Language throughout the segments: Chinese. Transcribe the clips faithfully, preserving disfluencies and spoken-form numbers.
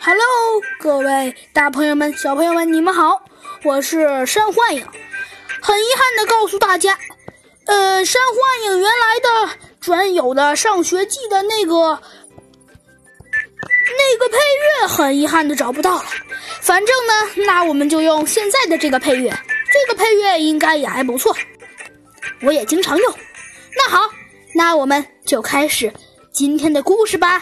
Hello， 各位大朋友们、小朋友们，你们好，我是山幻影。很遗憾的告诉大家，呃，山幻影原来的专有的上学记的那个那个配乐，很遗憾的找不到了。反正呢，那我们就用现在的这个配乐，这个配乐应该也还不错，我也经常用。那好，那我们就开始今天的故事吧。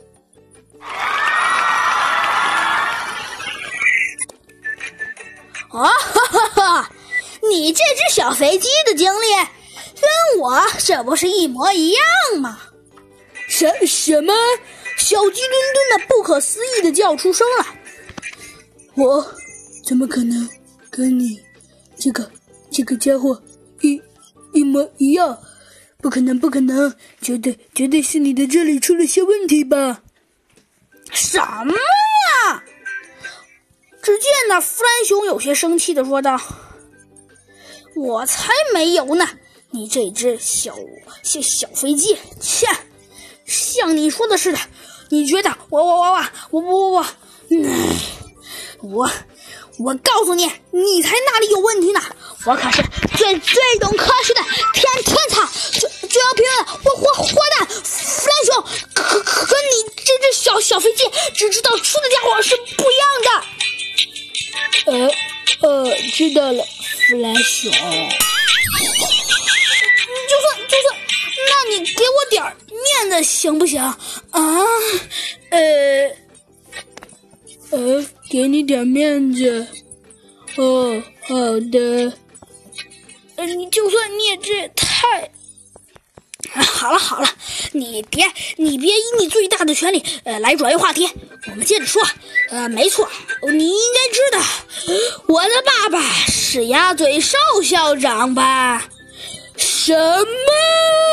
哦，哈哈哈！你这只小飞机的经历跟我这不是一模一样吗？什什么？小鸡墩墩的不可思议的叫出声来。我怎么可能跟你这个这个家伙一一模一样？不可能，不可能！绝对绝对是你的这里出了些问题吧？什么呀？只见那弗兰熊有些生气地说道：“我才没有呢！你这只小小小飞机，切！像你说的似的，你觉得我我我我我我我，嗯，我我告诉你，你才哪里有问题呢？我可是最最懂科学的天天才，就就要评论我活活蛋弗兰熊，可可跟你这只小小飞机只知道吃的家伙是不一样的。”呃呃，知道了，弗兰熊。就算就算，那你给我点面子行不行？啊，呃呃，给你点面子。哦，好的。呃，你就算你也这太……啊，好了好了，你别你别以你最大的权力呃来转移话题。我们接着说，呃，没错，你应该知道，我的爸爸是鸭嘴兽校长吧？什么？